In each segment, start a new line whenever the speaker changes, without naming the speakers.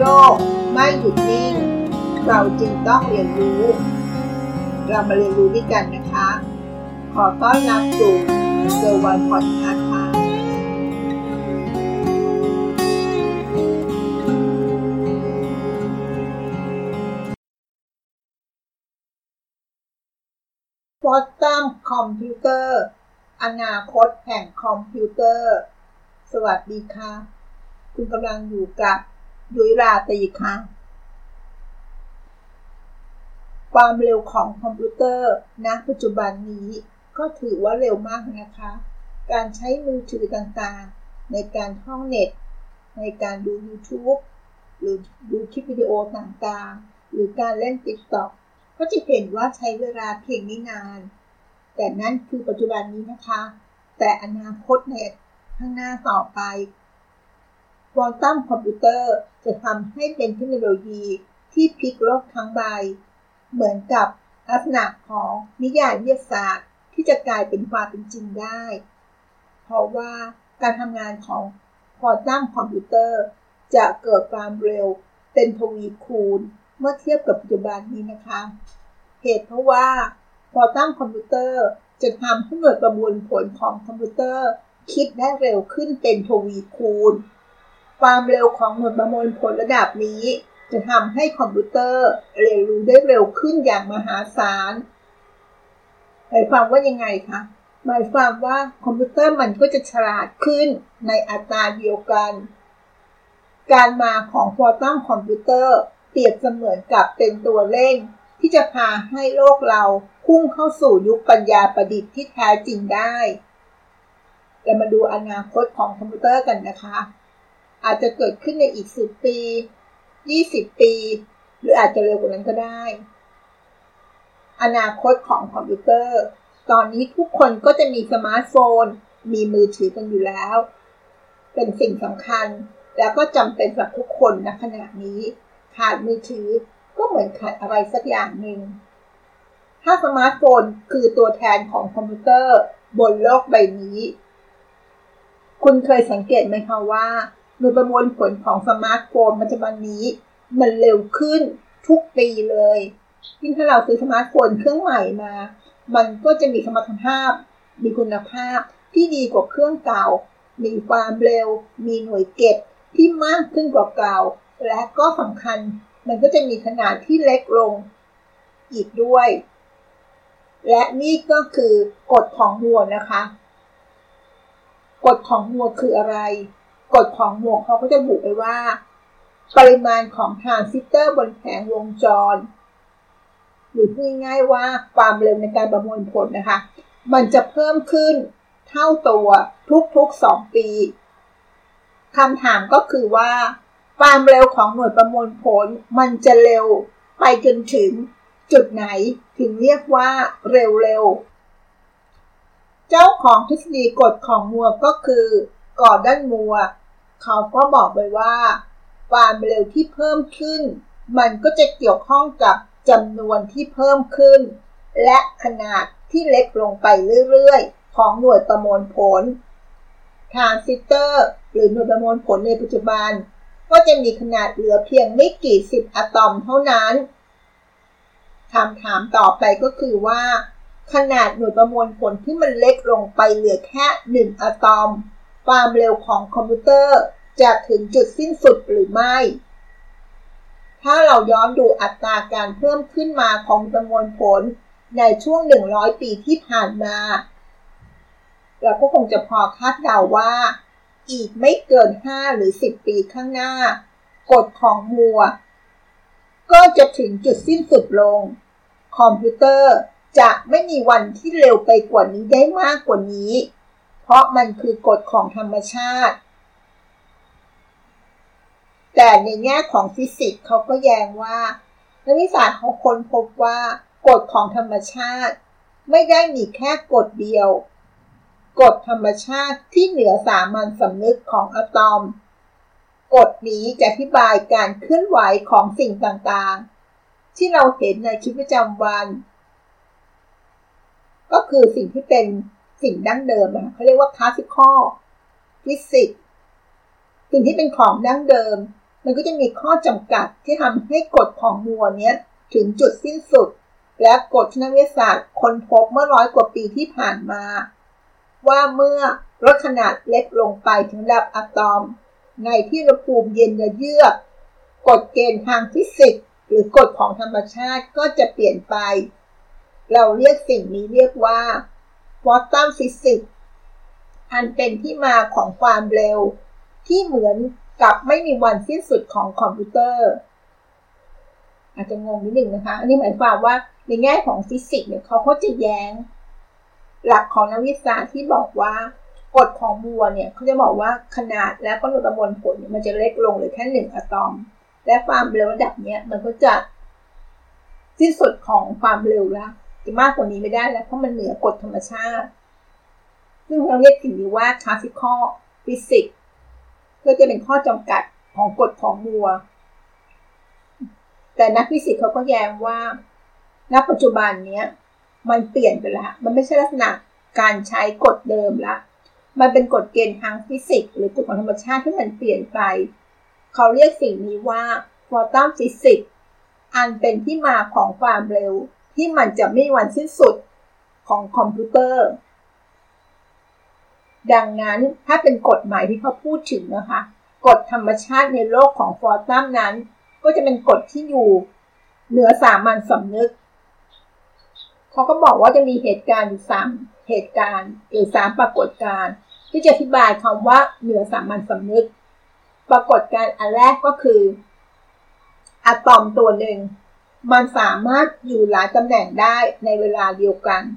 กไม่หยุดนิ่งเราจึงต้องเรียนรู้เรามาเรียนรู้ด้วยกันนะคะขอต้อนรับสู่เซอร์วันพอดคาสต์ค่ะควอนตัมคอมพิวเตอร์อนาคตแห่งคอมพิวเตอร์สวัสดีค่ะคุณกำลังอยู่กับยุ้ยราตรีค่ะความเร็วของคอมพิวเตอร์ณปัจจุบันนี้ก็ถือว่าเร็วมากนะคะการใช้มือถือต่างๆในการท่องเน็ตในการดู YouTube หรือดูคลิปวิดีโอต่างๆหรือการเล่น TikTok ก็จะเห็นว่าใช้เวลาเพียงไม่นานแต่นั่นคือปัจจุบันนี้นะคะแต่อนาคตในข้างหน้าต่อไปควอนตัมคอมพิวเตอร์จะทำให้เป็นเทคโนโลยีที่พลิกโลกทั้งใบเหมือนกับลักษณะของนิยายวิทยาศาสตร์ที่จะกลายเป็นความเป็นจริงได้เพราะว่าการทำงานของควอนตัมคอมพิวเตอร์จะเกิดความเร็วเป็นทวีคูณเมื่อเทียบกับปัจจุบันนี้นะคะเหตุเพราะว่าควอนตัมคอมพิวเตอร์จะทำให้หน่วยประมวลผลของคอมพิวเตอร์คิดได้เร็วขึ้นเป็นทวีคูณความเร็วของหน่วยประมวลผลระดับนี้จะทำให้คอมพิวเตอร์เรียนรู้ได้เร็วขึ้นอย่างมหาศาลหมายความว่ายังไงคะหมายความว่าคอมพิวเตอร์มันก็จะฉลาดขึ้นในอัตราเดียวกันการมาของควอนตัมคอมพิวเตอร์เปรียบเสมือนกับเป็นตัวเร่งที่จะพาให้โลกเราพุ่งเข้าสู่ยุคปัญญาประดิษฐ์ที่แท้จริงได้เรามาดูอนาคตของคอมพิวเตอร์กันนะคะอาจจะเกิดขึ้นในอีก10 ปี20 ปีหรืออาจจะเร็วกว่านั้นก็ได้อนาคตของคอมพิวเตอร์ตอนนี้ทุกคนก็จะมีสมาร์ทโฟนมีมือถือกันอยู่แล้วเป็นสิ่งสำคัญแล้วก็จำเป็นสำหรับทุกคนณขณะนี้ขาดมือถือก็เหมือนขาดอะไรสักอย่างหนึ่งถ้าสมาร์ทโฟนคือตัวแทนของคอมพิวเตอร์บนโลกใบนี้คุณเคยสังเกตไหมคะว่าหน่วยประมวลผลของสมาร์ทโฟนปัจจุบันนี้มันเร็วขึ้นทุกปีเลยยิ่งถ้าเราซื้อสมาร์ทโฟนเครื่องใหม่มามันก็จะมีสมรรถภาพมีคุณภาพที่ดีกว่าเครื่องเก่ามีความเร็วมีหน่วยเก็บที่มากขึ้นกว่าเก่าและก็สำคัญมันก็จะมีขนาดที่เล็กลงอีกด้วยและนี่ก็คือกฎของมัวนะคะกฎของมัวคืออะไรกฎของมัวเขาก็จะระบุไว้ว่าปริมาณของทรานซิสเตอร์บนแผงวงจรหรือพูดง่ายๆว่าความเร็วในการประมวลผลนะคะมันจะเพิ่มขึ้นเท่าตัวทุกๆ2 ปีคำถามก็คือว่าความเร็วของหน่วยประมวลผลมันจะเร็วไปจนถึงจุดไหนถึงเรียกว่าเร็วเจ้าของทฤษฎีกฎของมัวก็คือกอร์ดอนมัวเขาก็บอกไว้ว่าความเร็วที่เพิ่มขึ้นมันก็จะเกี่ยวข้องกับจำนวนที่เพิ่มขึ้นและขนาดที่เล็กลงไปเรื่อยๆของหน่วยประมวลผลทรานซิสเตอร์หรือหน่วยประมวลผลในปัจจุบันก็จะมีขนาดเหลือเพียงไม่กี่10 อะตอมเท่านั้นคำถามต่อไปก็คือว่าขนาดหน่วยประมวลผลที่มันเล็กลงไปเหลือแค่1 อะตอมความเร็วของคอมพิวเตอร์จะถึงจุดสิ้นสุดหรือไม่ถ้าเราย้อนดูอัตราการเพิ่มขึ้นมาของประมวลผลในช่วง100 ปีที่ผ่านมาเราก็คงจะพอคาดเดาว่าอีกไม่เกิน5 หรือ 10 ปีข้างหน้ากฎของมัวก็จะถึงจุดสิ้นสุดลงคอมพิวเตอร์จะไม่มีวันที่เร็วไปกว่านี้ได้มากกว่านี้เพราะมันคือกฎของธรรมชาติแต่ในแง่ของฟิสิกส์เขาก็แย้งว่านักวิทยาศาสตร์เขาค้นพบว่ากฎของธรรมชาติไม่ได้มีแค่กฎเดียวกฎธรรมชาติที่เหนือสามัญสำนึกของอะตอมกฎนี้จะอธิบายการเคลื่อนไหวของสิ่งต่างๆที่เราเห็นในชีวิตประจำวันก็คือสิ่งที่เป็นสิ่งดั้งเดิมเขาเรียกว่า classical physics สิ่งที่เป็นของดั้งเดิมมันก็จะมีข้อจำกัดที่ทำให้กฎของมัวเนี้ยถึงจุดสิ้นสุดและกฎที่นักวิทยาศาสตร์ค้นพบเมื่อ100 กว่าปีที่ผ่านมาว่าเมื่อลดขนาดเล็กลงไปถึงระดับอะตอมในที่อุณหภูมิเย็นเยือกกฎเกณฑ์ทางฟิสิกส์หรือกฎของธรรมชาติก็จะเปลี่ยนไปเราเรียกสิ่งนี้เรียกว่าควอนตัมฟิสิกส์อันเป็นที่มาของความเร็วที่เหมือนกับไม่มีวันสิ้นสุดของคอมพิวเตอร์อาจจะงงนิดนึงนะคะอันนี้หมายความว่าในแง่ของฟิสิกส์เนี่ยเขาก็จะแย้งหลักของนักวิทยาศาสตร์ที่บอกว่ากฎของมัวเนี่ยเขาจะบอกว่าขนาดและปริมาณประมวลผลเนี่ยมันจะเล็กลงเหลือแค่1 อะตอมและความเร็วระดับนี้มันก็จะสิ้นสุดของความเร็วแล้วจะมากกว่านี้ไม่ได้แล้วเพราะมันเหนือกฎธรรมชาติซึ่งเราเรียกสิ่งนี้ว่า classical physics ก็จะเป็นข้อจำกัดของกฎของมัวแต่นักฟิสิกส์เขาก็แย้งว่าณปัจจุบันนี้มันเปลี่ยนไปแล้วมันไม่ใช่ลักษณะการใช้กฎเดิมละมันเป็นกฎเกณฑ์ทางฟิสิกส์หรือกฎของธรรมชาติที่มันเปลี่ยนไปเขาเรียกสิ่งนี้ว่าควอนตัมฟิสิกส์อันเป็นที่มาของความเร็วที่มันจะไม่มีวันสิ้นสุดของคอมพิวเตอร์ดังนั้นถ้าเป็นกฎหมายที่เขาพูดถึงนะคะกฎธรรมชาติในโลกของควอนตัมนั้นก็จะเป็นกฎที่อยู่เหนือสามัญสำนึกเขาก็บอกว่าจะมีเหตุการณ์อยู่3 เหตุการณ์หรือ3 ปรากฏการณ์ที่จะอธิบายคำว่าเหนือสามัญสำนึกปรากฏการณ์อันแรกก็คืออะตอมตัวหนึ่งมันสามารถอยู่หลายตำแหน่งได้ในเวลาเดียวกัน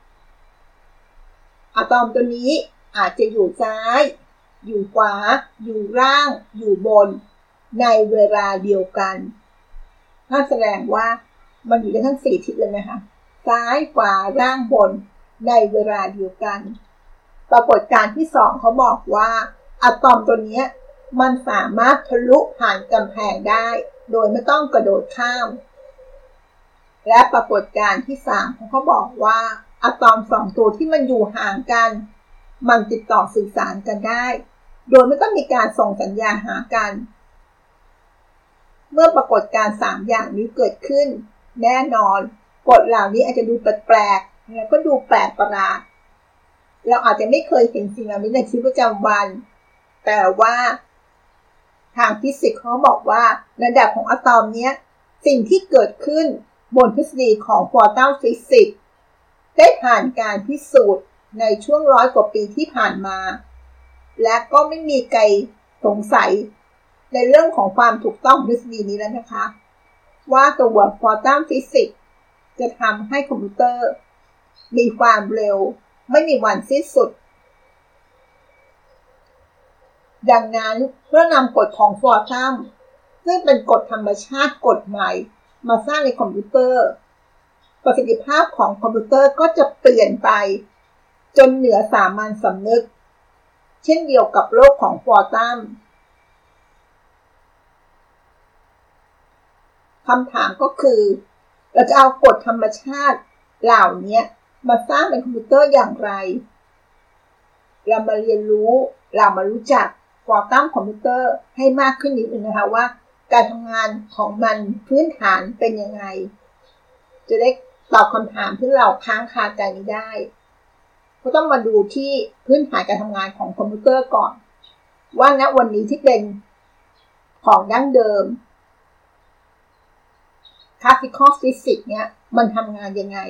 อะตอมตัวนี้อาจจะอยู่ซ้ายอยู่ขวาอยู่ล่างอยู่บนในเวลาเดียวกันนั่นแสดงว่ามันอยู่ได้ทั้ง4 ทิศเลยนะคะซ้ายขวาล่างบนในเวลาเดียวกันปรากฏการณ์ที่2เขาบอกว่าอะตอมตัวนี้มันสามารถทะลุผ่านกำแพงได้โดยไม่ต้องกระโดดข้ามและปรากฏการณ์ที่3เขาบอกว่าอะตอม2 ตัวที่มันอยู่ห่างกันมันติดต่อสื่อสารกันได้โดยไม่ต้องมีการส่งสัญญาณหากันเมื่อปรากฏการณ์3 อย่างนี้เกิดขึ้นแน่นอนกฎเหล่านี้อาจจะดูแปลกๆแล้วก็ดูแปลกประหลาดเราอาจจะไม่เคยเห็นสิ่งเหล่านี้ในชีวิตประจำวันแต่ว่าทางฟิสิกส์เขาบอกว่าระดับของอะตอมนี้สิ่งที่เกิดขึ้นบนทฤษฎีของควอนตัมฟิสิกส์ได้ผ่านการพิสูจน์ในช่วง100 กว่าปีที่ผ่านมาและก็ไม่มีใครสงสัยในเรื่องของความถูกต้องของทฤษฎีนี้แล้วนะคะว่าตัวควอนตัมฟิสิกส์จะทำให้คอมพิวเตอร์มีความเร็วไม่มีวันสิ้นสุดดังนั้นเพื่อนำกฎของควอนตัมซึ่งเป็นกฎธรรมชาติกฎใหม่มาสร้างในคอมพิวเตอร์ประสิทธิภาพของคอมพิวเตอร์ก็จะเปลี่ยนไปจนเหนือสามัญสำนึกเช่นเดียวกับโลกของควอนตัมคำถามก็คือเราจะเอากฎธรรมชาติเหล่านี้มาสร้างเป็นคอมพิวเตอร์อย่างไรเรามาเรียนรู้เรามารู้จักควอนตัมคอมพิวเตอร์ให้มากขึ้นนิดนึงนะคะว่าการทำงานของมันพื้นฐานเป็นยังไงจะได้ตอบคำถามที่เราค้างคาใจนี้ได้ก็ต้องมาดูที่พื้นฐานการทำงานของคอมพิวเตอร์ก่อนว่าณวันนี้ที่เป็นของดั้งเดิมclassical physics เนี่ยมันทำงานยังไง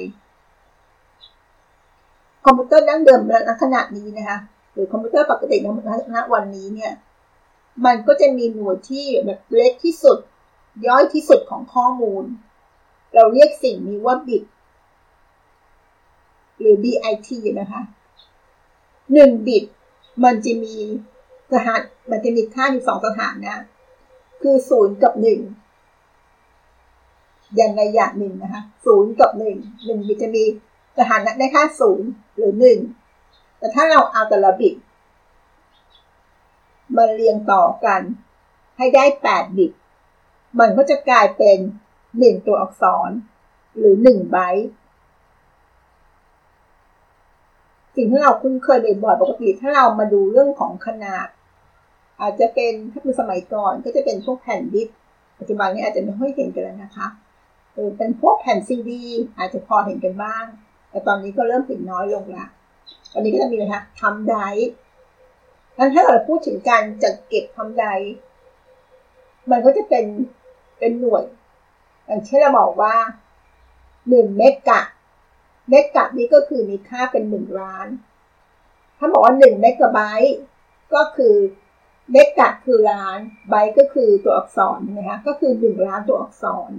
คอมพิวเตอร์ดั้งเดิมณขณะนี้นะคะหรือคอมพิวเตอร์ปกติณวันนี้เนี่ยมันก็จะมีหน่วยที่แบบเล็กที่สุดย่อยที่สุดของข้อมูลเราเรียกสิ่งนี้ว่าบิตหรือ bit นะคะ1 บิตมันจะมีค่าอยู่2 สถานะคือ0 กับ 1อย่างใดอย่างหนึ่งนะคะ0 กับ 1บิตจะมีสถานะได้ค่า0หรือ1แต่ถ้าเราเอาแต่ละบิตมาเรียงต่อกันให้ได้8 บิตมันก็จะกลายเป็น1 ตัวอักษรหรือ1 ไบต์สิ่งที่เราคุ้นเคยบ่อยๆปกติถ้าเรามาดูเรื่องของขนาดอาจจะเป็นถ้าเป็นสมัยก่อนก็จะเป็นพวกแผ่นดิสก์ปัจจุบันนี้อาจจะไม่ค่อยเห็นกันแล้วนะคะเป็นพวกแผ่นซีดีอาจจะพอเห็นกันบ้างแต่ตอนนี้ก็เริ่มเห็นน้อยลงละตอนนี้ก็จะมีนะคะทำไดรฟ์ถ้าเราพูดถึงการจัดเก็บทำไดรฟ์มันก็จะเป็นหน่วยอย่างเช่นเราบอกว่า1 เมกะนี้ก็คือมีค่าเป็น1 ล้านถ้าบอกว่า1 เมกะไบต์ก็คือเมกะคือล้านไบต์ก็คือตัวอักษรนะคะก็คือ1 ล้านตัวอักษร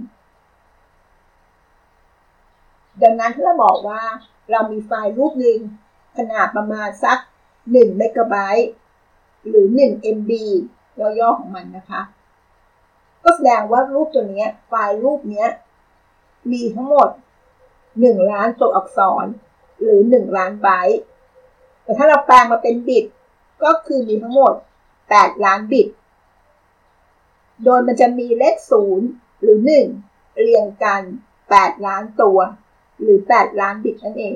ดังนั้นถ้าเราบอกว่าเรามีไฟล์รูปหนึ่งขนาดประมาณสัก1 เมกะไบต์หรือ1 MB ย่อๆของมันนะคะก็แสดงว่ารูปตัวนี้ไฟล์รูปนี้มีทั้งหมด1 ล้านตัวอักษรหรือ1 ล้านไบต์แต่ถ้าเราแปลงมาเป็นบิตก็คือมีทั้งหมด8 ล้านบิตโดยมันจะมีเลข0หรือ1เรียงกัน8 ล้านตัวหรือ8 ล้านบิตนั่นเอง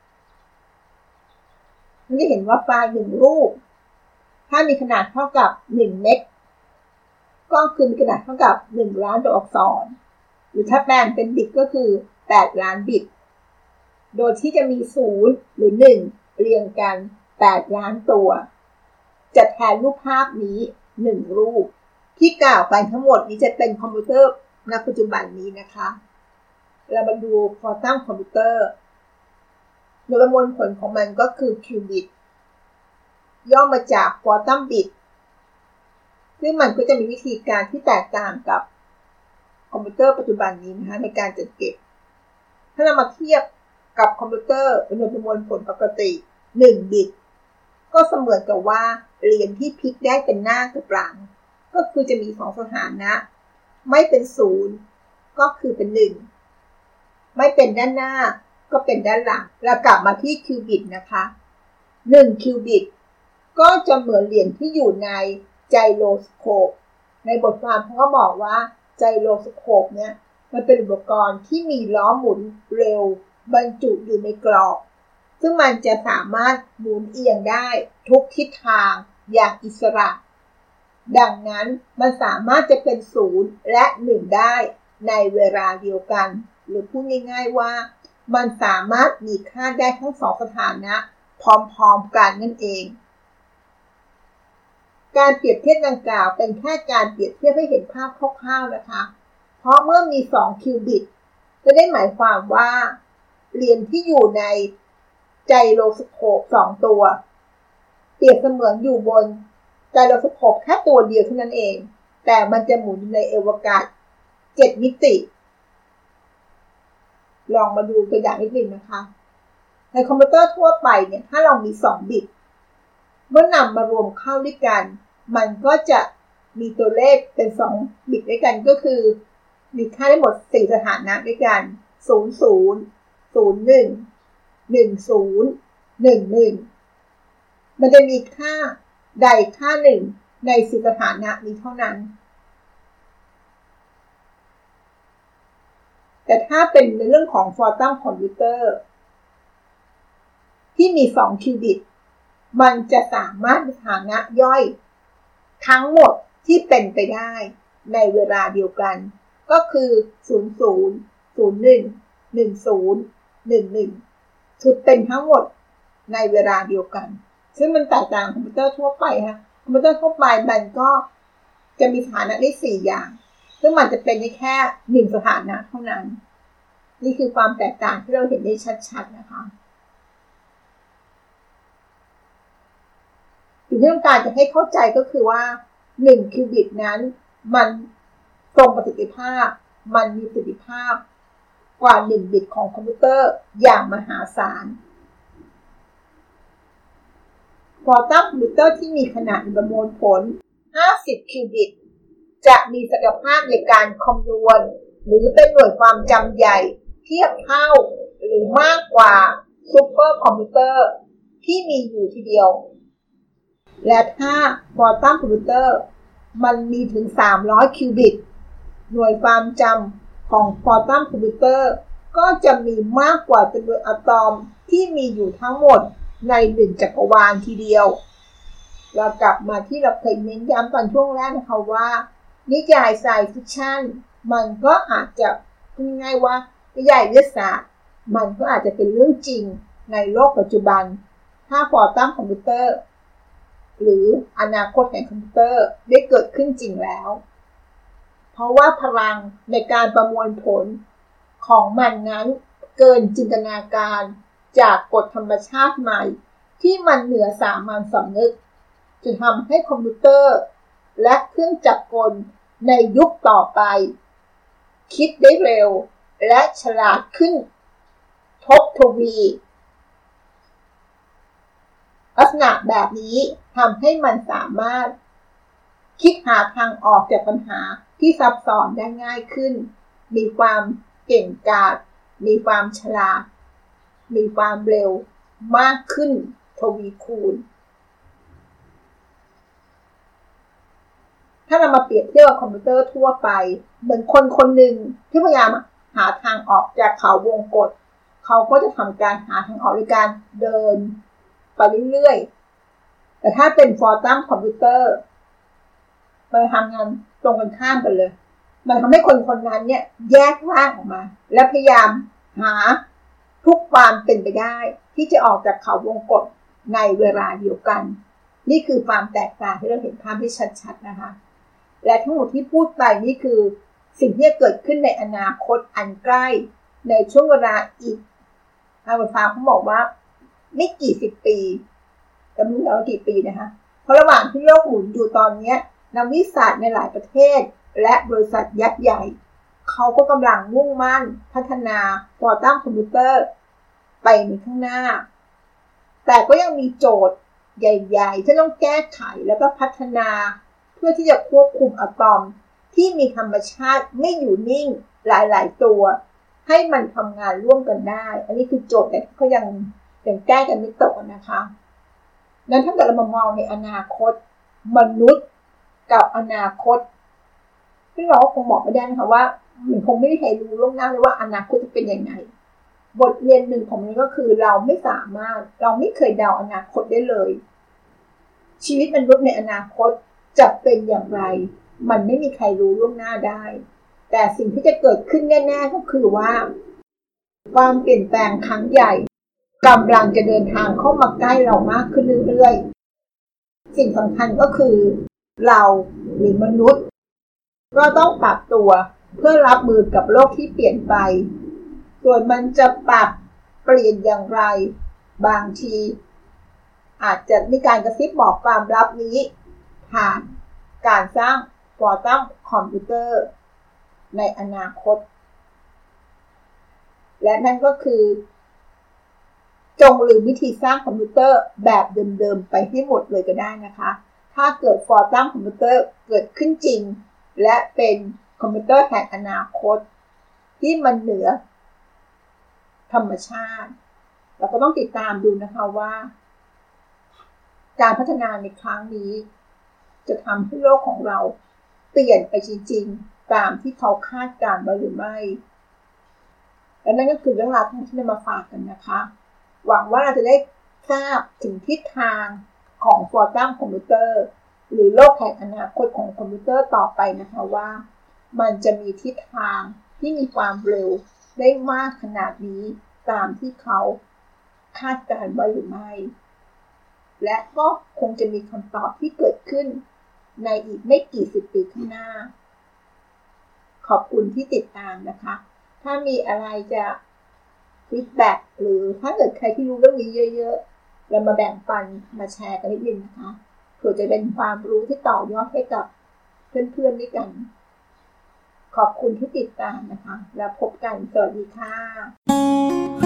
มันจะเห็นว่าไฟล์1รูปถ้ามีขนาดเท่ากับ1 เมกก็คือมีขนาดเท่ากับ1 ล้านตัวอักษรหรือถ้าแปลงเป็นบิตก็คือ8 ล้านบิตโดยที่จะมี0หรือ1เรียงกัน8 ล้านตัวจะแทนรูปภาพนี้1รูปที่กล่าวไปทั้งหมดนี้จะเป็นคอมพิวเตอร์ณปัจจุบันนี้นะคะเรามาดูควอนตัมคอมพิวเตอร์โดยประมวลผลของมันก็คือคิวบิตย่อมาจากควอนตัมบิตซึ่งมันก็จะมีวิธีการที่แตกต่างกับคอมพิวเตอร์ปัจจุบันนี้นะคะในการจัดเก็บถ้าเรามาเทียบกับคอมพิวเตอร์โดยประมวลผลปกติ1 บิตก็เสมือนกับว่าเหรียญที่พลิกได้เป็นหน้ากับหลังก็คือจะมี2 สถานะไม่เป็น0ก็คือเป็น1ไม่เป็นด้านหน้าก็เป็นด้านหลังเรากลับมาที่คิวบิตนะคะ1คิวบิตก็จะเหมือนเหรียญที่อยู่ในไจโรสโคปในบทความเขาก็บอกว่าไจโรสโคปเนี่ยมันเป็นอุปกรณ์ที่มีล้อหมุนเร็วบรรจุอยู่ในกรอบซึ่งมันจะสามารถหมุนเอียงได้ทุกทิศทางอย่างอิสระดังนั้นมันสามารถจะเป็น0และ1ได้ในเวลาเดียวกันหรือพูดง่ายๆว่ามันสามารถมีค่าได้ทั้ง2 สถานะพร้อมๆกันนั่นเองการเปรียบเทียบดังกล่าวเป็นแค่การเปรียบเทียบให้เห็นภาพคร่าวๆนะคะเพราะเมื่อมี2คิวบิตจะได้หมายความว่าเหรียญที่อยู่ในไจโรสโคป2 ตัวเปรียบเสมือนอยู่บนไจโรสโคปแค่ตัวเดียวเท่านั้นเองแต่มันจะหมุนในอวกาศ7 มิติลองมาดูตัวอย่างนิดนึงนะคะในคอมพิวเตอร์ทั่วไปเนี่ยถ้าเรามี2 บิตเมื่อนำมารวมเข้าด้วยกันมันก็จะมีตัวเลขเป็น2 บิตด้วยกันก็คือมีค่าได้หมด4 สถานะด้วยกัน00 01 10 11มันจะมีค่าใดค่าหนึ่งใน4 สถานะนี้เท่านั้นแต่ถ้าเป็นในเรื่องของควอนตัมคอมพิวเตอร์ที่มี2 คิวบิตมันจะสามารถมีสถานะย่อยทั้งหมดที่เป็นไปได้ในเวลาเดียวกันก็คือ00 01 10 11คือเป็นทั้งหมดในเวลาเดียวกันซึ่งมันแตกต่างคอมพิวเตอร์ทั่วไปค่ะคอมพิวเตอร์ทั่วไปมันก็จะมีสถานะได้4 อย่างซึ่งมันจะเป็นได้แค่1 สถานะเท่านั้นนี่คือความแตกต่างที่เราเห็นได้ชัดๆนะคะสิ่งที่ต้องการจะให้เข้าใจก็คือว่า1 คิวบิตนั้นมันทรงประสิทธิภาพมันมีประสิทธิภาพกว่า1 บิตของคอมพิวเตอร์อย่างมหาศาลควอนตัมคอมพิวเตอร์ที่มีขนาดประมวลผล50 คิวบิตจะมีศักยภาพในการคำนวณหรือเป็นหน่วยความจำใหญ่เทียบเท่าหรือมากกว่าซูเปอร์คอมพิวเตอร์ที่มีอยู่ทีเดียวและถ้าควอนตัมคอมพิวเตอร์มันมีถึง300 คิวบิตหน่วยความจำของควอนตัมคอมพิวเตอร์ก็จะมีมากกว่าจำนวนอะตอมที่มีอยู่ทั้งหมดใน1 จักรวาลทีเดียวเรากลับมาที่เราเคยเน้นย้ำตอนช่วงแรกนะคะว่านิยายไซน์ฟิคชั่นมันก็อาจจะพูดง่ายว่านิยายวิทยาศาสตร์มันก็อาจจะเป็นเรื่องจริงในโลกปัจจุบันถ้าควอนตัมคอมพิวเตอร์หรืออนาคตแห่งคอมพิวเตอร์ได้เกิดขึ้นจริงแล้วเพราะว่าพลังในการประมวลผลของมันนั้นเกินจินตนาการจากกฎธรรมชาติใหม่ที่มันเหนือสามัญสำนึกจะทำให้คอมพิวเตอร์และเครื่องจักรกลในยุคต่อไปคิดได้เร็วและฉลาดขึ้นทบทวีลักษณะแบบนี้ทำให้มันสามารถคิดหาทางออกจากปัญหาที่ซับซ้อนได้ง่ายขึ้นมีความเก่งกาจมีความฉลาดมีความเร็วมากขึ้นทวีคูณถ้าเรามาเปรียบเทียบกับคอมพิวเตอร์ทั่วไปเหมือนคนคนหนึ่งที่พยายามหาทางออกจากเขาวงกฏเขาก็จะทำการหาทางออกด้วยการเดินไปเรื่อยๆแต่ถ้าเป็นควอนตัมคอมพิวเตอร์มันทำงานตรงกันข้ามกันเลยมันทำให้คนคนนั้นเนี่ยแยกร่างออกมาและพยายามหาทุกความเป็นไปได้ที่จะออกจากเขาวงกฏในเวลาเดียวกันนี่คือความแตกต่างที่เราเห็นภาพที่ชัดๆนะคะและทั้งหมดที่พูดไปนี่คือสิ่งที่จะเกิดขึ้นในอนาคตอันใกล้ในช่วงเวลาอีกอาจารย์ฟ้าเขาบอกว่าไม่กี่สิบปีแต่ไม่รู้ว่ากี่ปีนะคะเพราะระหว่างที่โลกหมุนอยู่ตอนนี้นักวิทยาศาสตร์ในหลายประเทศและบริษัทยักษ์ใหญ่เขาก็กำลังมุ่งมั่นพัฒนาควอนตัมคอมพิวเตอร์ไปในข้างหน้าแต่ก็ยังมีโจทย์ใหญ่ๆที่ต้องแก้ไขแล้วก็พัฒนาเพื่อที่จะควบคุมอะตอมที่มีธรรมชาติไม่อยู่นิ่งหลายๆตัวให้มันทำงานร่วมกันได้อันนี้คือโจทย์แต่เขายังแก้กันไม่ตกนะคะนั้นถ้าเกิดเรามามองในอนาคตมนุษย์กับอนาคตที่เราก็คงบอกไม่ได้นะคะว่ามันคงไม่มีใครรู้ล่วงหน้าเลยว่าอนาคตจะเป็นยังไงบทเรียนหนึ่งของมันก็คือเราไม่เคยเดาอนาคตได้เลยชีวิตมนุษย์ในอนาคตจะเป็นอย่างไรมันไม่มีใครรู้ล่วงหน้าได้แต่สิ่งที่จะเกิดขึ้นแน่ๆก็คือว่าความเปลี่ยนแปลงครั้งใหญ่กำลังจะเดินทางเข้ามาใกล้เรามากขึ้นเรื่อยๆสิ่งสำคัญก็คือเราหรือมนุษย์ก็ต้องปรับตัวเพื่อรับมือกับโลกที่เปลี่ยนไปส่วนมันจะปรับเปลี่ยนอย่างไรบางทีอาจจะมีการกระซิบบอกความลับนี้ผ่านการสร้างควอนตัมคอมพิวเตอร์ในอนาคตและนั่นก็คือจงลืมวิธีสร้างคอมพิวเตอร์แบบเดิมๆไปให้หมดเลยก็ได้นะคะถ้าเกิดควอนตัมคอมพิวเตอร์เกิดขึ้นจริงและเป็นคอมพิวเตอร์แห่งอนาคตที่มันเหนือธรรมชาติเราก็ต้องติดตามดูนะคะว่าการพัฒนาในครั้งนี้จะทำให้โลกของเราเปลี่ยนไปจริงๆตามที่เขาคาดการณ์ไว้หรือไม่และนั่นก็คือเรื่องราวที่นำมาฝากกันนะคะหวังว่าเราจะได้ทราบถึงทิศทางของควอนตัมคอมพิวเตอร์หรือโลกแห่งอนาคตของคอมพิวเตอร์ต่อไปนะคะว่ามันจะมีทิศทางที่มีความเร็วได้มากขนาดนี้ตามที่เขาคาดการณ์ไว้หรือไม่และก็คงจะมีคำตอบที่เกิดขึ้นในอีกไม่กี่สิบปีข้างหน้าขอบคุณที่ติดตามนะคะถ้ามีอะไรจะฟีดแบ็กหรือถ้าเกิดใครที่รู้เรื่องนี้เยอะๆเรามาแบ่งปันมาแชร์กันนิดนึงนะคะเพื่อจะเป็นความรู้ที่ต่อยอดให้กับเพื่อนๆด้วยกันขอบคุณที่ติดตามนะคะแล้วพบกันสวัสดีค่ะ